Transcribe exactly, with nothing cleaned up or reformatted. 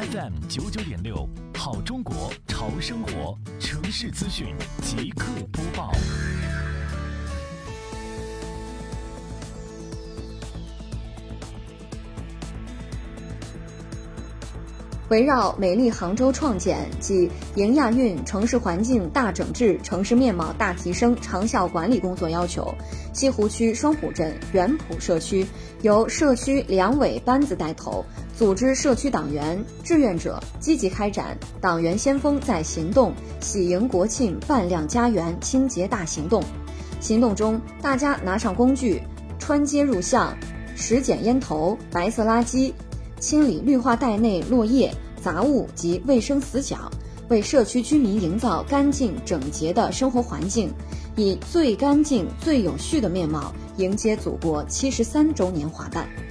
F M 九九点六，好中国潮生活，城市资讯即刻播报。 围绕美丽杭州创建及迎亚运城市环境大整治、城市面貌大提升长效管理工作要求，西湖区双浦镇元浦社区由社区两委班子带头，组织社区党员、志愿者积极开展党员先锋在行动喜迎国庆扮亮家园清洁大行动。行动中，大家拿上工具，穿街入巷，拾捡烟头、白色垃圾，清理绿化带内落叶、杂物及卫生死角，为社区居民营造干净整洁的生活环境，以最干净、最有序的面貌迎接祖国七十三周年华诞。